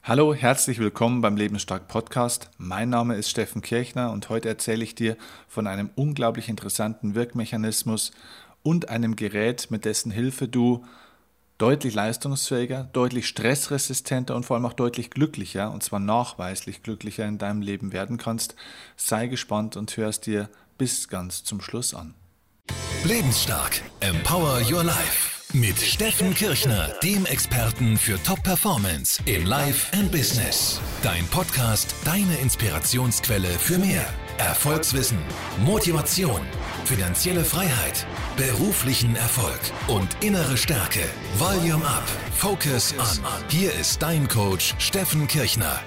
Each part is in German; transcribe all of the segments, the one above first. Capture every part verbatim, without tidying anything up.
Hallo, herzlich willkommen beim Lebensstark Podcast. Mein Name ist Steffen Kirchner und heute erzähle ich dir von einem unglaublich interessanten Wirkmechanismus und einem Gerät, mit dessen Hilfe du deutlich leistungsfähiger, deutlich stressresistenter und vor allem auch deutlich glücklicher, und zwar nachweislich glücklicher in deinem Leben werden kannst. Sei gespannt und hör es dir bis ganz zum Schluss an. Lebensstark. Empower your life. Mit Steffen Kirchner, dem Experten für Top-Performance in Life and Business. Dein Podcast, deine Inspirationsquelle für mehr Erfolgswissen, Motivation, finanzielle Freiheit, beruflichen Erfolg und innere Stärke. Volume up, focus on. Hier ist dein Coach Steffen Kirchner.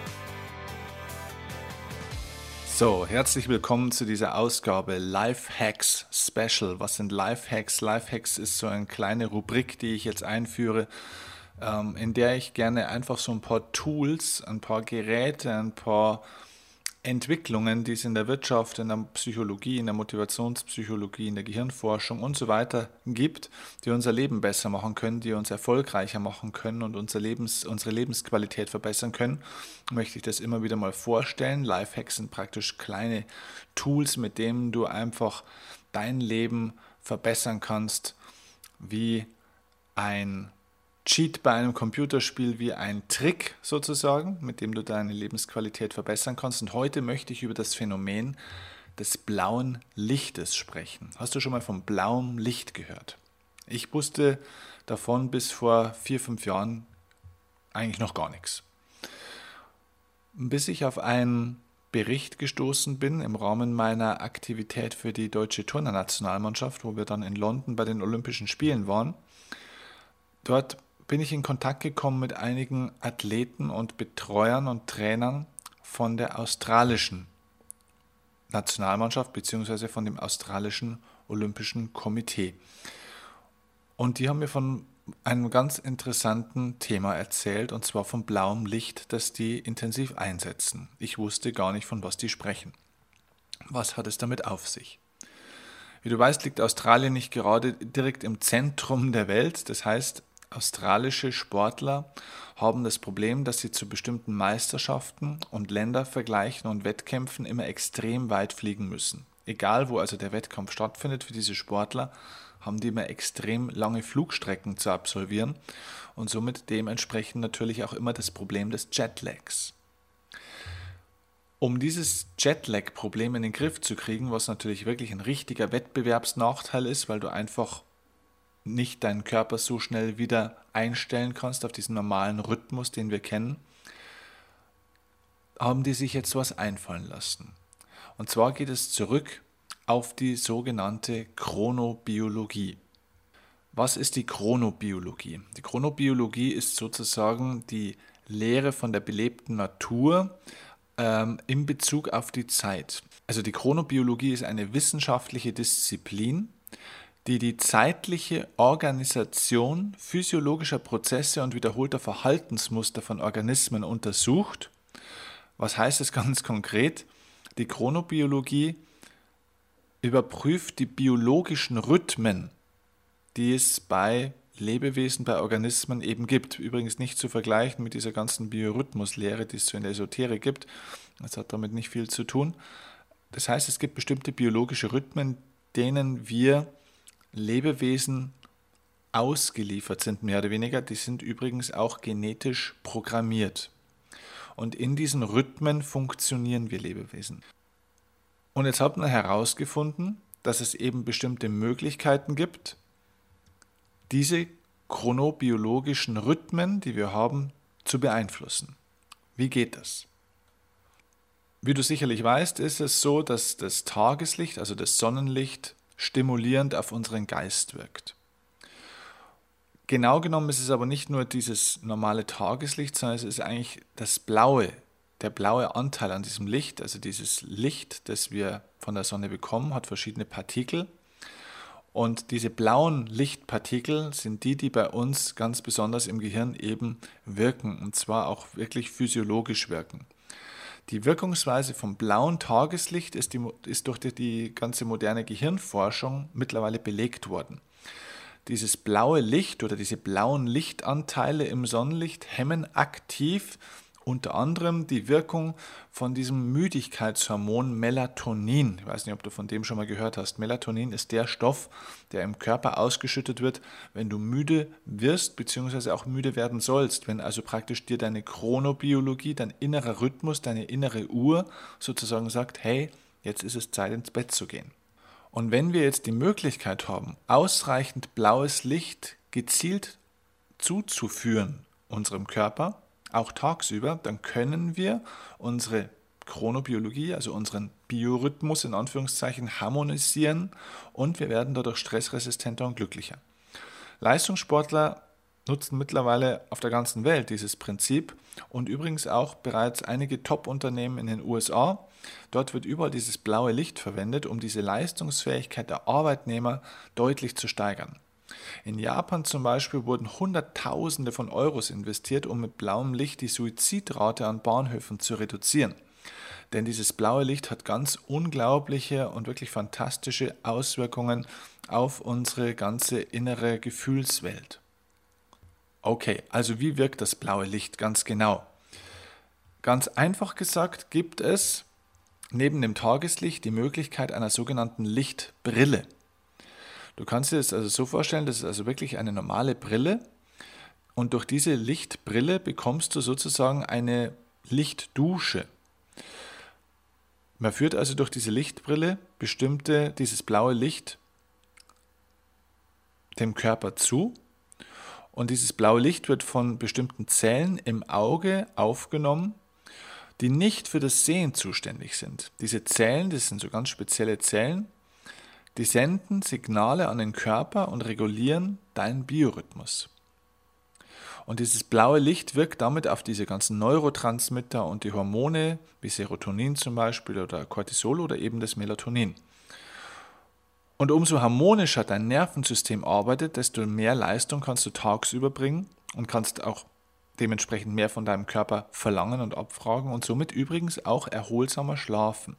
So, herzlich willkommen zu dieser Ausgabe Life Hacks Special. Was sind Life Hacks? Life Hacks ist so eine kleine Rubrik, die ich jetzt einführe, ähm, in der ich gerne einfach so ein paar Tools, ein paar Geräte, ein paar Entwicklungen, die es in der Wirtschaft, in der Psychologie, in der Motivationspsychologie, in der Gehirnforschung und so weiter gibt, die unser Leben besser machen können, die uns erfolgreicher machen können und unser Lebens, unsere Lebensqualität verbessern können, möchte ich das immer wieder mal vorstellen. Lifehacks sind praktisch kleine Tools, mit denen du einfach dein Leben verbessern kannst, wie ein Cheat bei einem Computerspiel, wie ein Trick sozusagen, mit dem du deine Lebensqualität verbessern kannst. Und heute möchte ich über das Phänomen des blauen Lichtes sprechen. Hast du schon mal von blauem Licht gehört? Ich wusste davon bis vor vier, fünf Jahren eigentlich noch gar nichts. Bis ich auf einen Bericht gestoßen bin im Rahmen meiner Aktivität für die deutsche Turnernationalmannschaft, wo wir dann in London bei den Olympischen Spielen waren. Dort bin ich in Kontakt gekommen mit einigen Athleten und Betreuern und Trainern von der australischen Nationalmannschaft bzw. von dem australischen Olympischen Komitee. Und die haben mir von einem ganz interessanten Thema erzählt, und zwar vom blauem Licht, das die intensiv einsetzen. Ich wusste gar nicht, von was die sprechen. Was hat es damit auf sich? Wie du weißt, liegt Australien nicht gerade direkt im Zentrum der Welt. Das heißt, australische Sportler haben das Problem, dass sie zu bestimmten Meisterschaften und Ländervergleichen und Wettkämpfen immer extrem weit fliegen müssen. Egal, wo also der Wettkampf stattfindet, für diese Sportler haben die immer extrem lange Flugstrecken zu absolvieren und somit dementsprechend natürlich auch immer das Problem des Jetlags. Um dieses Jetlag-Problem in den Griff zu kriegen, was natürlich wirklich ein richtiger Wettbewerbsnachteil ist, weil du einfach nicht deinen Körper so schnell wieder einstellen kannst auf diesen normalen Rhythmus, den wir kennen, haben die sich jetzt was einfallen lassen. Und zwar geht es zurück auf die sogenannte Chronobiologie. Was ist die Chronobiologie? Die Chronobiologie ist sozusagen die Lehre von der belebten Natur ähm, in Bezug auf die Zeit. Also die Chronobiologie ist eine wissenschaftliche Disziplin, die die zeitliche Organisation physiologischer Prozesse und wiederholter Verhaltensmuster von Organismen untersucht. Was heißt das ganz konkret? Die Chronobiologie überprüft die biologischen Rhythmen, die es bei Lebewesen, bei Organismen eben gibt. Übrigens nicht zu vergleichen mit dieser ganzen Biorhythmuslehre, die es so in der Esoterik gibt. Das hat damit nicht viel zu tun. Das heißt, es gibt bestimmte biologische Rhythmen, denen wir Lebewesen ausgeliefert sind, mehr oder weniger. Die sind übrigens auch genetisch programmiert. Und in diesen Rhythmen funktionieren wir Lebewesen. Und jetzt hat man herausgefunden, dass es eben bestimmte Möglichkeiten gibt, diese chronobiologischen Rhythmen, die wir haben, zu beeinflussen. Wie geht das? Wie du sicherlich weißt, ist es so, dass das Tageslicht, also das Sonnenlicht, stimulierend auf unseren Geist wirkt. Genau genommen ist es aber nicht nur dieses normale Tageslicht, sondern es ist eigentlich das blaue, der blaue Anteil an diesem Licht, also dieses Licht, das wir von der Sonne bekommen, hat verschiedene Partikel. Und diese blauen Lichtpartikel sind die, die bei uns ganz besonders im Gehirn eben wirken, und zwar auch wirklich physiologisch wirken. Die Wirkungsweise vom blauen Tageslicht ist, die, ist durch die, die ganze moderne Gehirnforschung mittlerweile belegt worden. Dieses blaue Licht oder diese blauen Lichtanteile im Sonnenlicht hemmen aktiv Unter anderem die Wirkung von diesem Müdigkeitshormon Melatonin. Ich weiß nicht, ob du von dem schon mal gehört hast. Melatonin ist der Stoff, der im Körper ausgeschüttet wird, wenn du müde wirst bzw. auch müde werden sollst. Wenn also praktisch dir deine Chronobiologie, dein innerer Rhythmus, deine innere Uhr sozusagen sagt, hey, jetzt ist es Zeit ins Bett zu gehen. Und wenn wir jetzt die Möglichkeit haben, ausreichend blaues Licht gezielt zuzuführen unserem Körper, auch tagsüber, dann können wir unsere Chronobiologie, also unseren Biorhythmus in Anführungszeichen harmonisieren und wir werden dadurch stressresistenter und glücklicher. Leistungssportler nutzen mittlerweile auf der ganzen Welt dieses Prinzip und übrigens auch bereits einige Top-Unternehmen in den U S A. Dort wird überall dieses blaue Licht verwendet, um diese Leistungsfähigkeit der Arbeitnehmer deutlich zu steigern. In Japan zum Beispiel wurden Hunderttausende von Euros investiert, um mit blauem Licht die Suizidrate an Bahnhöfen zu reduzieren. Denn dieses blaue Licht hat ganz unglaubliche und wirklich fantastische Auswirkungen auf unsere ganze innere Gefühlswelt. Okay, also wie wirkt das blaue Licht ganz genau? Ganz einfach gesagt gibt es neben dem Tageslicht die Möglichkeit einer sogenannten Lichtbrille. Du kannst dir das also so vorstellen, das ist also wirklich eine normale Brille und durch diese Lichtbrille bekommst du sozusagen eine Lichtdusche. Man führt also durch diese Lichtbrille bestimmte, dieses blaue Licht dem Körper zu und dieses blaue Licht wird von bestimmten Zellen im Auge aufgenommen, die nicht für das Sehen zuständig sind. Diese Zellen, das sind so ganz spezielle Zellen, die senden Signale an den Körper und regulieren deinen Biorhythmus. Und dieses blaue Licht wirkt damit auf diese ganzen Neurotransmitter und die Hormone, wie Serotonin zum Beispiel oder Cortisol oder eben das Melatonin. Und umso harmonischer dein Nervensystem arbeitet, desto mehr Leistung kannst du tagsüber bringen und kannst auch dementsprechend mehr von deinem Körper verlangen und abfragen und somit übrigens auch erholsamer schlafen.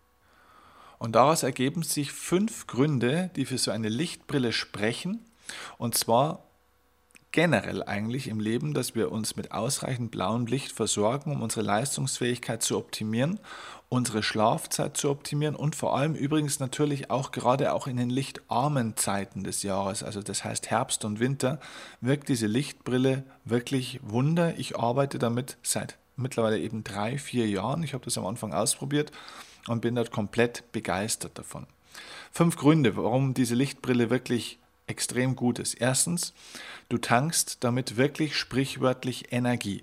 Und daraus ergeben sich fünf Gründe, die für so eine Lichtbrille sprechen, und zwar generell eigentlich im Leben, dass wir uns mit ausreichend blauem Licht versorgen, um unsere Leistungsfähigkeit zu optimieren, unsere Schlafzeit zu optimieren und vor allem übrigens natürlich auch gerade auch in den lichtarmen Zeiten des Jahres, also das heißt Herbst und Winter, wirkt diese Lichtbrille wirklich Wunder. Ich arbeite damit seit mittlerweile eben drei, vier Jahren. Ich habe das am Anfang ausprobiert und bin dort komplett begeistert davon. Fünf Gründe, warum diese Lichtbrille wirklich extrem gut ist. Erstens, du tankst damit wirklich sprichwörtlich Energie.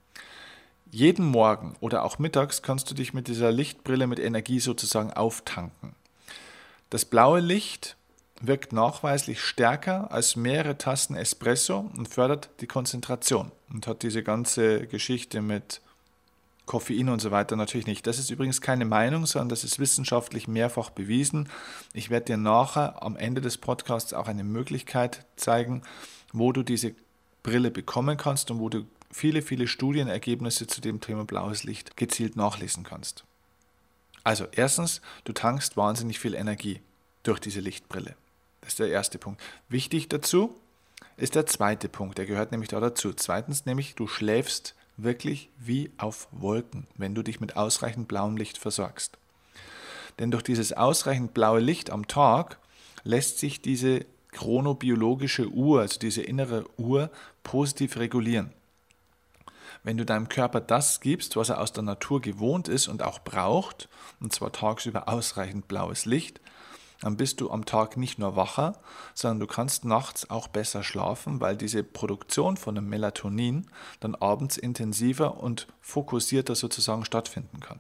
Jeden Morgen oder auch mittags kannst du dich mit dieser Lichtbrille mit Energie sozusagen auftanken. Das blaue Licht wirkt nachweislich stärker als mehrere Tassen Espresso und fördert die Konzentration und hat diese ganze Geschichte mit Koffein und so weiter natürlich nicht. Das ist übrigens keine Meinung, sondern das ist wissenschaftlich mehrfach bewiesen. Ich werde dir nachher am Ende des Podcasts auch eine Möglichkeit zeigen, wo du diese Brille bekommen kannst und wo du viele, viele Studienergebnisse zu dem Thema blaues Licht gezielt nachlesen kannst. Also erstens, du tankst wahnsinnig viel Energie durch diese Lichtbrille. Das ist der erste Punkt. Wichtig dazu ist der zweite Punkt, der gehört nämlich da dazu. Zweitens nämlich, du schläfst wirklich wie auf Wolken, wenn du dich mit ausreichend blauem Licht versorgst. Denn durch dieses ausreichend blaue Licht am Tag lässt sich diese chronobiologische Uhr, also diese innere Uhr, positiv regulieren. Wenn du deinem Körper das gibst, was er aus der Natur gewohnt ist und auch braucht, und zwar tagsüber ausreichend blaues Licht, dann bist du am Tag nicht nur wacher, sondern du kannst nachts auch besser schlafen, weil diese Produktion von dem Melatonin dann abends intensiver und fokussierter sozusagen stattfinden kann.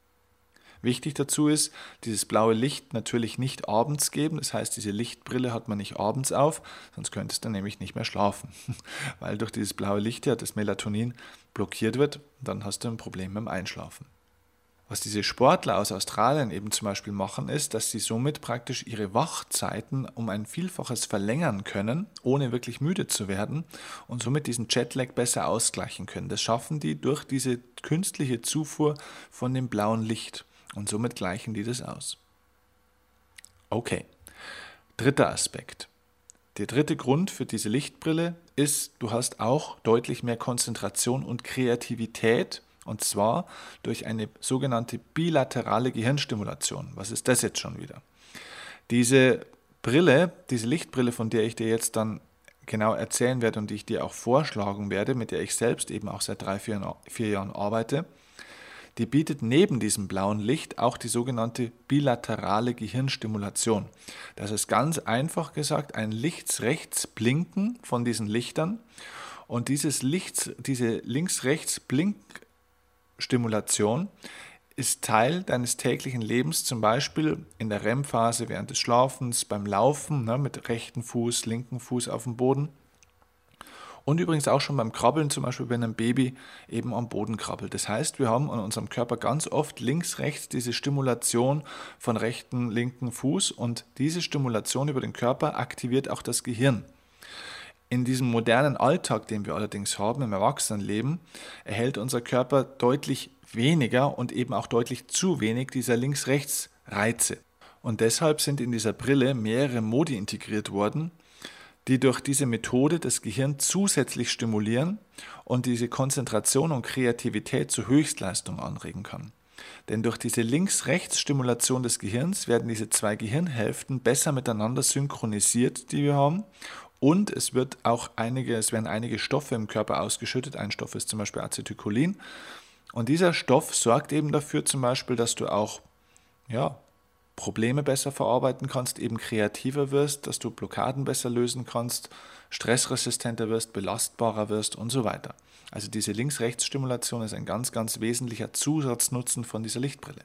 Wichtig dazu ist, dieses blaue Licht natürlich nicht abends geben, das heißt, diese Lichtbrille hat man nicht abends auf, sonst könntest du nämlich nicht mehr schlafen, weil durch dieses blaue Licht ja das Melatonin blockiert wird, dann hast du ein Problem beim Einschlafen. Was diese Sportler aus Australien eben zum Beispiel machen, ist, dass sie somit praktisch ihre Wachzeiten um ein Vielfaches verlängern können, ohne wirklich müde zu werden und somit diesen Jetlag besser ausgleichen können. Das schaffen die durch diese künstliche Zufuhr von dem blauen Licht und somit gleichen die das aus. Okay, dritter Aspekt. Der dritte Grund für diese Lichtbrille ist, du hast auch deutlich mehr Konzentration und Kreativität, und zwar durch eine sogenannte bilaterale Gehirnstimulation. Was ist das jetzt schon wieder? Diese Brille, diese Lichtbrille, von der ich dir jetzt dann genau erzählen werde und die ich dir auch vorschlagen werde, mit der ich selbst eben auch seit drei, vier, vier Jahren arbeite, die bietet neben diesem blauen Licht auch die sogenannte bilaterale Gehirnstimulation. Das ist ganz einfach gesagt ein Links-Rechts-Blinken von diesen Lichtern. Und dieses Lichts, diese Links-Rechts-Blink-Stimulation ist Teil deines täglichen Lebens, zum Beispiel in der R E M-Phase während des Schlafens, beim Laufen, ne, mit rechten Fuß, linken Fuß auf dem Boden. Und übrigens auch schon beim Krabbeln, zum Beispiel wenn ein Baby eben am Boden krabbelt. Das heißt, wir haben an unserem Körper ganz oft links, rechts diese Stimulation von rechten, linken Fuß und diese Stimulation über den Körper aktiviert auch das Gehirn. In diesem modernen Alltag, den wir allerdings haben, im Erwachsenenleben, erhält unser Körper deutlich weniger und eben auch deutlich zu wenig dieser Links-Rechts-Reize. Und deshalb sind in dieser Brille mehrere Modi integriert worden, die durch diese Methode das Gehirn zusätzlich stimulieren und diese Konzentration und Kreativität zur Höchstleistung anregen kann. Denn durch diese Links-Rechts-Stimulation des Gehirns werden diese zwei Gehirnhälften besser miteinander synchronisiert, die wir haben, und es wird auch einige, es werden einige Stoffe im Körper ausgeschüttet. Ein Stoff ist zum Beispiel Acetylcholin. Und dieser Stoff sorgt eben dafür zum Beispiel, dass du auch ja, Probleme besser verarbeiten kannst, eben kreativer wirst, dass du Blockaden besser lösen kannst, stressresistenter wirst, belastbarer wirst und so weiter. Also diese Links-Rechts-Stimulation ist ein ganz, ganz wesentlicher Zusatznutzen von dieser Lichtbrille.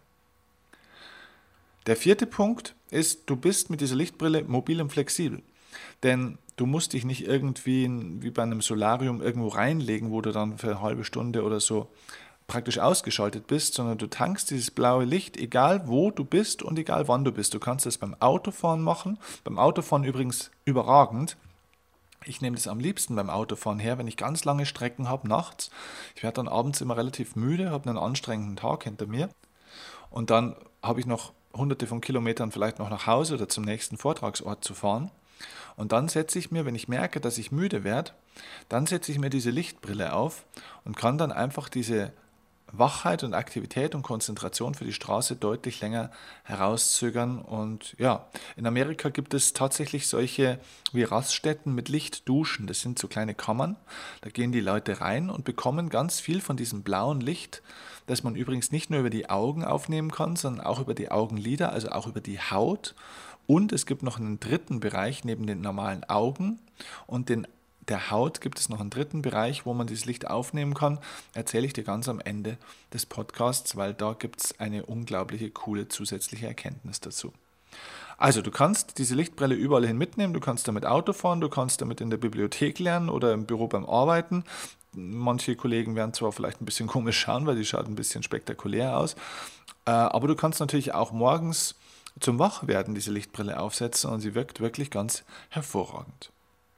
Der vierte Punkt ist, du bist mit dieser Lichtbrille mobil und flexibel. Denn du musst dich nicht irgendwie wie bei einem Solarium irgendwo reinlegen, wo du dann für eine halbe Stunde oder so praktisch ausgeschaltet bist, sondern du tankst dieses blaue Licht, egal wo du bist und egal wann du bist. Du kannst es beim Autofahren machen, beim Autofahren übrigens überragend. Ich nehme das am liebsten beim Autofahren her, wenn ich ganz lange Strecken habe nachts. Ich werde dann abends immer relativ müde, habe einen anstrengenden Tag hinter mir und dann habe ich noch hunderte von Kilometern vielleicht noch nach Hause oder zum nächsten Vortragsort zu fahren. Und dann setze ich mir, wenn ich merke, dass ich müde werde, dann setze ich mir diese Lichtbrille auf und kann dann einfach diese Wachheit und Aktivität und Konzentration für die Straße deutlich länger herauszögern. Und ja, in Amerika gibt es tatsächlich solche wie Raststätten mit Lichtduschen. Das sind so kleine Kammern. Da gehen die Leute rein und bekommen ganz viel von diesem blauen Licht, das man übrigens nicht nur über die Augen aufnehmen kann, sondern auch über die Augenlider, also auch über die Haut. Und es gibt noch einen dritten Bereich neben den normalen Augen und den der Haut gibt es noch einen dritten Bereich, wo man dieses Licht aufnehmen kann. Erzähle ich dir ganz am Ende des Podcasts, weil da gibt es eine unglaubliche, coole zusätzliche Erkenntnis dazu. Also du kannst diese Lichtbrille überall hin mitnehmen, du kannst damit Auto fahren, du kannst damit in der Bibliothek lernen oder im Büro beim Arbeiten. Manche Kollegen werden zwar vielleicht ein bisschen komisch schauen, weil die schaut ein bisschen spektakulär aus, aber du kannst natürlich auch morgens zum Wachwerden diese Lichtbrille aufsetzen und sie wirkt wirklich ganz hervorragend.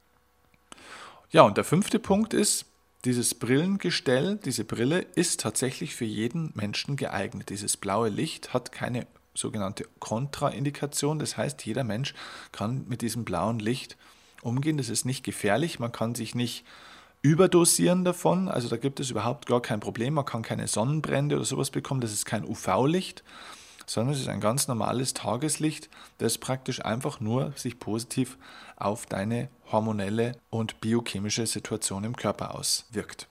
Ja, und der fünfte Punkt ist, dieses Brillengestell, diese Brille ist tatsächlich für jeden Menschen geeignet. Dieses blaue Licht hat keine sogenannte Kontraindikation, das heißt, jeder Mensch kann mit diesem blauen Licht umgehen. Das ist nicht gefährlich, man kann sich nicht überdosieren davon, also da gibt es überhaupt gar kein Problem, man kann keine Sonnenbrände oder sowas bekommen, das ist kein U V-Licht, sondern es ist ein ganz normales Tageslicht, das praktisch einfach nur sich positiv auf deine hormonelle und biochemische Situation im Körper auswirkt.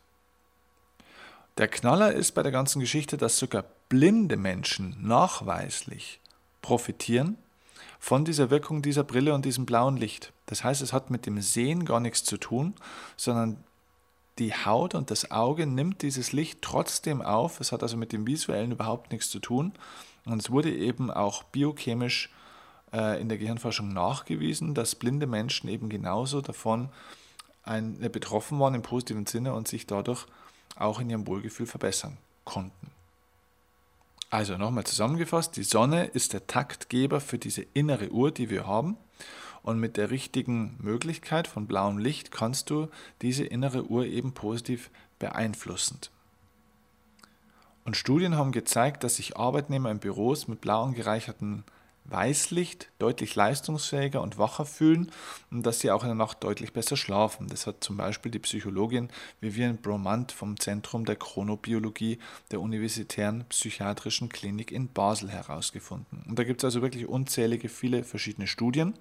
Der Knaller ist bei der ganzen Geschichte, dass sogar blinde Menschen nachweislich profitieren von dieser Wirkung dieser Brille und diesem blauen Licht. Das heißt, es hat mit dem Sehen gar nichts zu tun, sondern die Haut und das Auge nimmt dieses Licht trotzdem auf. Es hat also mit dem Visuellen überhaupt nichts zu tun. Und es wurde eben auch biochemisch äh, in der Gehirnforschung nachgewiesen, dass blinde Menschen eben genauso davon ein, äh, betroffen waren im positiven Sinne und sich dadurch auch in ihrem Wohlgefühl verbessern konnten. Also nochmal zusammengefasst, die Sonne ist der Taktgeber für diese innere Uhr, die wir haben. Und mit der richtigen Möglichkeit von blauem Licht kannst du diese innere Uhr eben positiv beeinflussen. Und Studien haben gezeigt, dass sich Arbeitnehmer in Büros mit blau angereicherten Weißlicht deutlich leistungsfähiger und wacher fühlen und dass sie auch in der Nacht deutlich besser schlafen. Das hat zum Beispiel die Psychologin Viviane Bromant vom Zentrum der Chronobiologie der Universitären Psychiatrischen Klinik in Basel herausgefunden. Und da gibt es also wirklich unzählige, viele verschiedene Studien.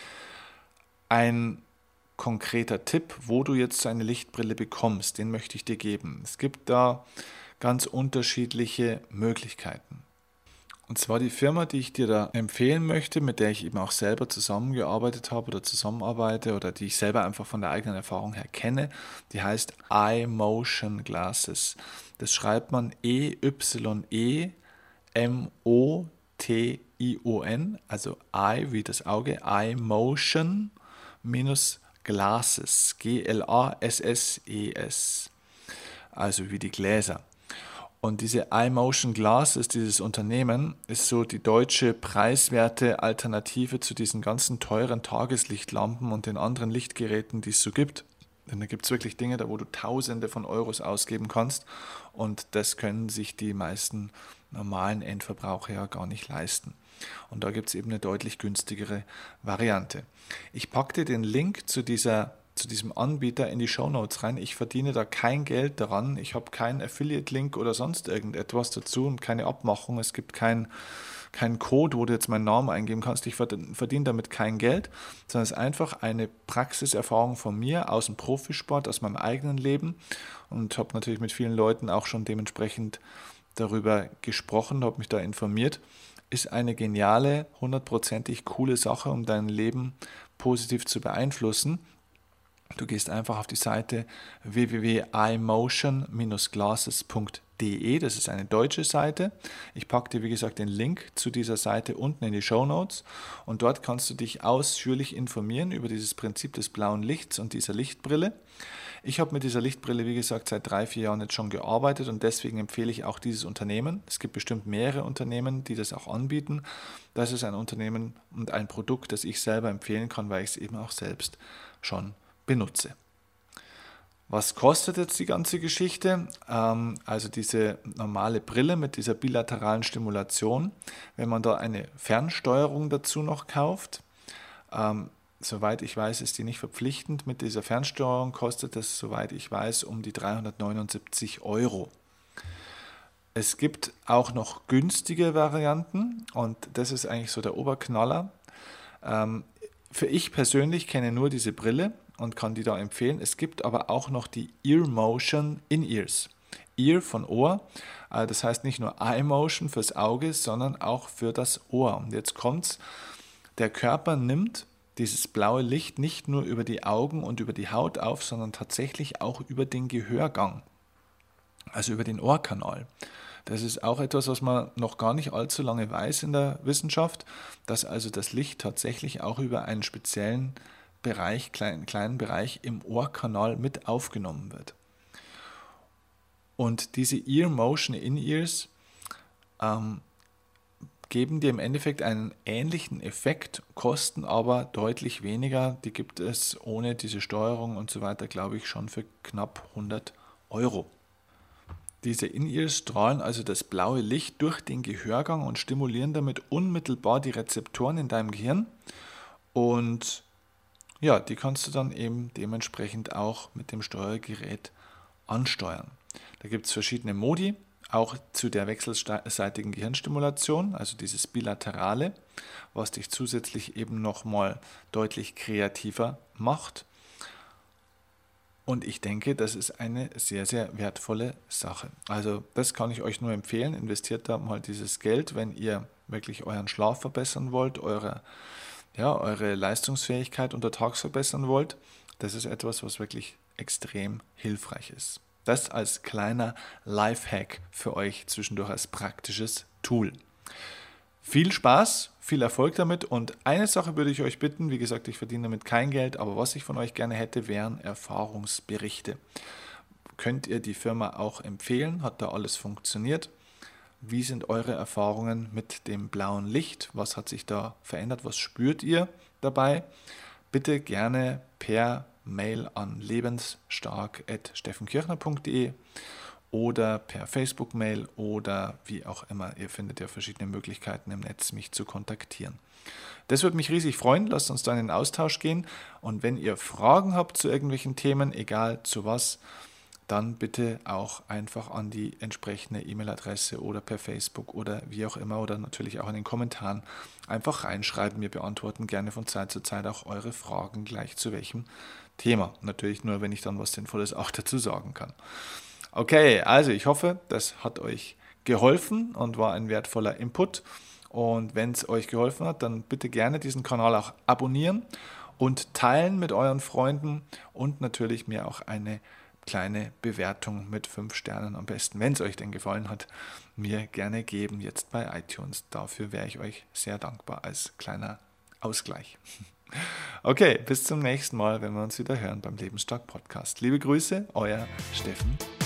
Ein konkreter Tipp, wo du jetzt so eine Lichtbrille bekommst, den möchte ich dir geben. Es gibt da ganz unterschiedliche Möglichkeiten. Und zwar die Firma, die ich dir da empfehlen möchte, mit der ich eben auch selber zusammengearbeitet habe oder zusammenarbeite oder die ich selber einfach von der eigenen Erfahrung her kenne, die heißt iMotion Glasses. Das schreibt man E Y E M O T I O N, also I wie das Auge, iMotion minus Glasses, G L A S S E S, also wie die Gläser. Und diese iMotion Glasses, dieses Unternehmen, ist so die deutsche preiswerte Alternative zu diesen ganzen teuren Tageslichtlampen und den anderen Lichtgeräten, die es so gibt. Denn da gibt es wirklich Dinge, da wo du Tausende von Euros ausgeben kannst und das können sich die meisten normalen Endverbraucher ja gar nicht leisten. Und da gibt es eben eine deutlich günstigere Variante. Ich packe dir den Link zu dieser zu diesem Anbieter in die Shownotes rein. Ich verdiene da kein Geld daran. Ich habe keinen Affiliate-Link oder sonst irgendetwas dazu und keine Abmachung. Es gibt keinen kein Code, wo du jetzt meinen Namen eingeben kannst. Ich verdiene damit kein Geld, sondern es ist einfach eine Praxiserfahrung von mir aus dem Profisport, aus meinem eigenen Leben und habe natürlich mit vielen Leuten auch schon dementsprechend darüber gesprochen, habe mich da informiert. Ist eine geniale, hundertprozentig coole Sache, um dein Leben positiv zu beeinflussen. Du gehst einfach auf die Seite w w w punkt i motion dash glasses punkt d e, das ist eine deutsche Seite. Ich packe dir, wie gesagt, den Link zu dieser Seite unten in die Shownotes und dort kannst du dich ausführlich informieren über dieses Prinzip des blauen Lichts und dieser Lichtbrille. Ich habe mit dieser Lichtbrille, wie gesagt, seit drei, vier Jahren jetzt schon gearbeitet und deswegen empfehle ich auch dieses Unternehmen. Es gibt bestimmt mehrere Unternehmen, die das auch anbieten. Das ist ein Unternehmen und ein Produkt, das ich selber empfehlen kann, weil ich es eben auch selbst schon benutze. Was kostet jetzt die ganze Geschichte? Ähm, also diese normale Brille mit dieser bilateralen Stimulation, wenn man da eine Fernsteuerung dazu noch kauft, ähm, soweit ich weiß, ist die nicht verpflichtend. Mit dieser Fernsteuerung kostet es, soweit ich weiß, um die dreihundertneunundsiebzig Euro. Es gibt auch noch günstige Varianten und das ist eigentlich so der Oberknaller. Ähm, für ich persönlich kenne nur diese Brille und kann die da empfehlen. Es gibt aber auch noch die earMotion In-Ears. Ear von Ohr, das heißt nicht nur iMotion fürs Auge, sondern auch für das Ohr. Und jetzt kommt's, der Körper nimmt dieses blaue Licht nicht nur über die Augen und über die Haut auf, sondern tatsächlich auch über den Gehörgang, also über den Ohrkanal. Das ist auch etwas, was man noch gar nicht allzu lange weiß in der Wissenschaft, dass also das Licht tatsächlich auch über einen speziellen Bereich, kleinen, kleinen Bereich im Ohrkanal mit aufgenommen wird. Und diese earMotion In-Ears ähm, geben dir im Endeffekt einen ähnlichen Effekt, kosten aber deutlich weniger. Die gibt es ohne diese Steuerung und so weiter, glaube ich, schon für knapp hundert Euro. Diese In-Ears strahlen also das blaue Licht durch den Gehörgang und stimulieren damit unmittelbar die Rezeptoren in deinem Gehirn und ja, die kannst du dann eben dementsprechend auch mit dem Steuergerät ansteuern. Da gibt es verschiedene Modi, auch zu der wechselseitigen Gehirnstimulation, also dieses Bilaterale, was dich zusätzlich eben nochmal deutlich kreativer macht. Und ich denke, das ist eine sehr, sehr wertvolle Sache. Also das kann ich euch nur empfehlen. Investiert da mal dieses Geld, wenn ihr wirklich euren Schlaf verbessern wollt, eure ja, eure Leistungsfähigkeit untertags verbessern wollt. Das ist etwas, was wirklich extrem hilfreich ist. Das als kleiner Lifehack für euch zwischendurch als praktisches Tool. Viel Spaß, viel Erfolg damit und eine Sache würde ich euch bitten, wie gesagt, ich verdiene damit kein Geld, aber was ich von euch gerne hätte, wären Erfahrungsberichte. Könnt ihr die Firma auch empfehlen? Hat da alles funktioniert? Wie sind eure Erfahrungen mit dem blauen Licht? Was hat sich da verändert? Was spürt ihr dabei? Bitte gerne per Mail an lebensstark at steffenkirchner punkt de oder per Facebook-Mail oder wie auch immer. Ihr findet ja verschiedene Möglichkeiten im Netz, mich zu kontaktieren. Das würde mich riesig freuen. Lasst uns da in den Austausch gehen. Und wenn ihr Fragen habt zu irgendwelchen Themen, egal zu was, dann bitte auch einfach an die entsprechende E-Mail-Adresse oder per Facebook oder wie auch immer oder natürlich auch in den Kommentaren einfach reinschreiben. Wir beantworten gerne von Zeit zu Zeit auch eure Fragen gleich zu welchem Thema. Natürlich nur, wenn ich dann was Sinnvolles auch dazu sagen kann. Okay, also ich hoffe, das hat euch geholfen und war ein wertvoller Input. Und wenn es euch geholfen hat, dann bitte gerne diesen Kanal auch abonnieren und teilen mit euren Freunden und natürlich mir auch eine kleine Bewertung mit fünf Sternen am besten, wenn es euch denn gefallen hat, mir gerne geben, jetzt bei iTunes. Dafür wäre ich euch sehr dankbar als kleiner Ausgleich. Okay, bis zum nächsten Mal, wenn wir uns wieder hören beim Lebensstark Podcast. Liebe Grüße, euer Steffen